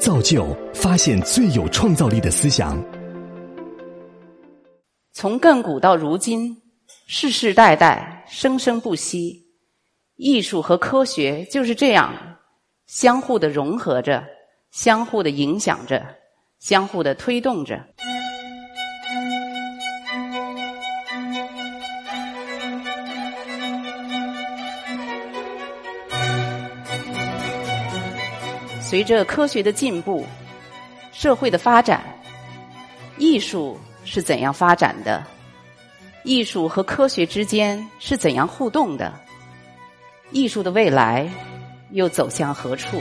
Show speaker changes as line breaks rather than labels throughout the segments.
造就发现最有创造力的思想。
从亘古到如今，世世代代，生生不息。艺术和科学就是这样相互的融合着，相互的影响着，相互的推动着。随着科学的进步，社会的发展，艺术是怎样发展的？艺术和科学之间是怎样互动的？艺术的未来又走向何处？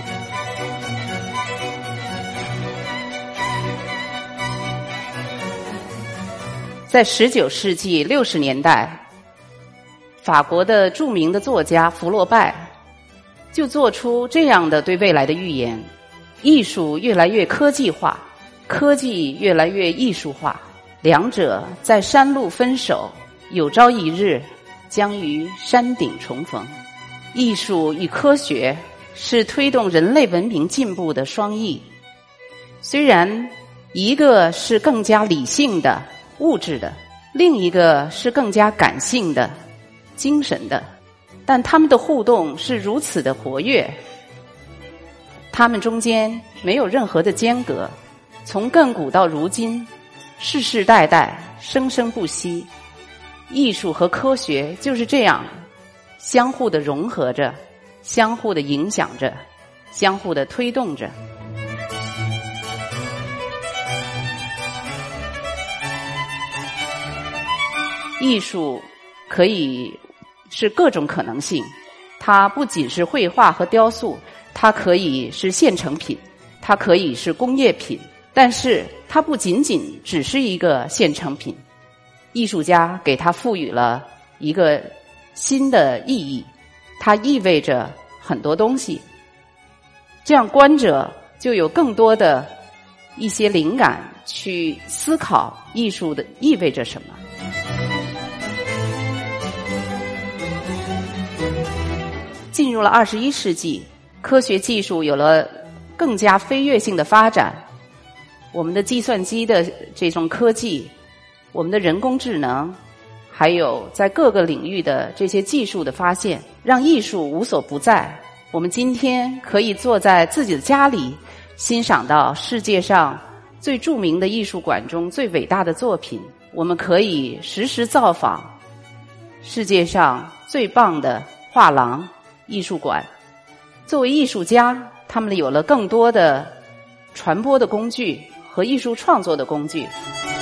在19世纪60年代，法国的著名的作家福洛拜就做出这样的对未来的预言：艺术越来越科技化，科技越来越艺术化，两者在山路分手，有朝一日将于山顶重逢。艺术与科学是推动人类文明进步的双翼，虽然一个是更加理性的物质的，另一个是更加感性的精神的，但他们的互动是如此的活跃，他们中间没有任何的间隔，从亘古到如今，世世代代，生生不息。艺术和科学就是这样相互的融合着，相互的影响着，相互的推动着。艺术可以是各种可能性，它不仅是绘画和雕塑，它可以是现成品，它可以是工业品，但是它不仅仅只是一个现成品。艺术家给它赋予了一个新的意义，它意味着很多东西，这样观者就有更多的一些灵感去思考艺术的意味着什么。进入了21世纪，科学技术有了更加飞跃性的发展，我们的计算机的这种科技，我们的人工智能，还有在各个领域的这些技术的发现，让艺术无所不在。我们今天可以坐在自己的家里，欣赏到世界上最著名的艺术馆中最伟大的作品，我们可以时时造访世界上最棒的画廊、艺术馆。作为艺术家，他们有了更多的传播的工具和艺术创作的工具。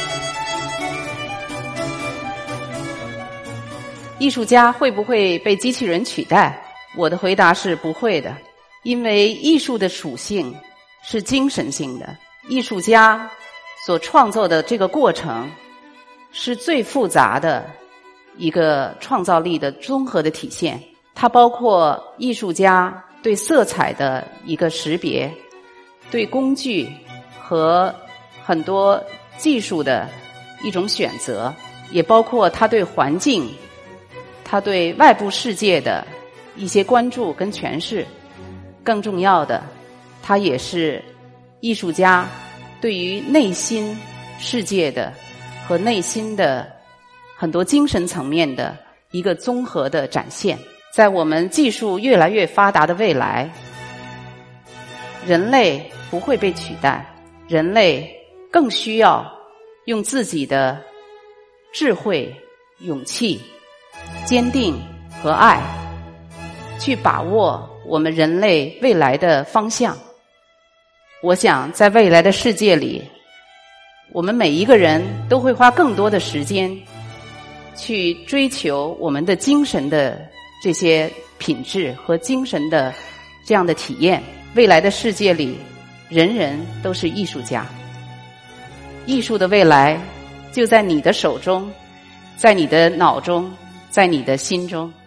艺术家会不会被机器人取代？我的回答是不会的，因为艺术的属性是精神性的，艺术家所创作的这个过程是最复杂的一个创造力的综合的体现，它包括艺术家对色彩的一个识别，对工具和很多技术的一种选择，也包括他对环境，他对外部世界的一些关注跟诠释。更重要的，他也是艺术家对于内心世界的和内心的很多精神层面的一个综合的展现。在我们技术越来越发达的未来，人类不会被取代，人类更需要用自己的智慧、勇气、坚定和爱去把握我们人类未来的方向。我想在未来的世界里，我们每一个人都会花更多的时间去追求我们的精神的这些品质和精神的这样的体验。未来的世界里，人人都是艺术家，艺术的未来就在你的手中，在你的脑中，在你的心中。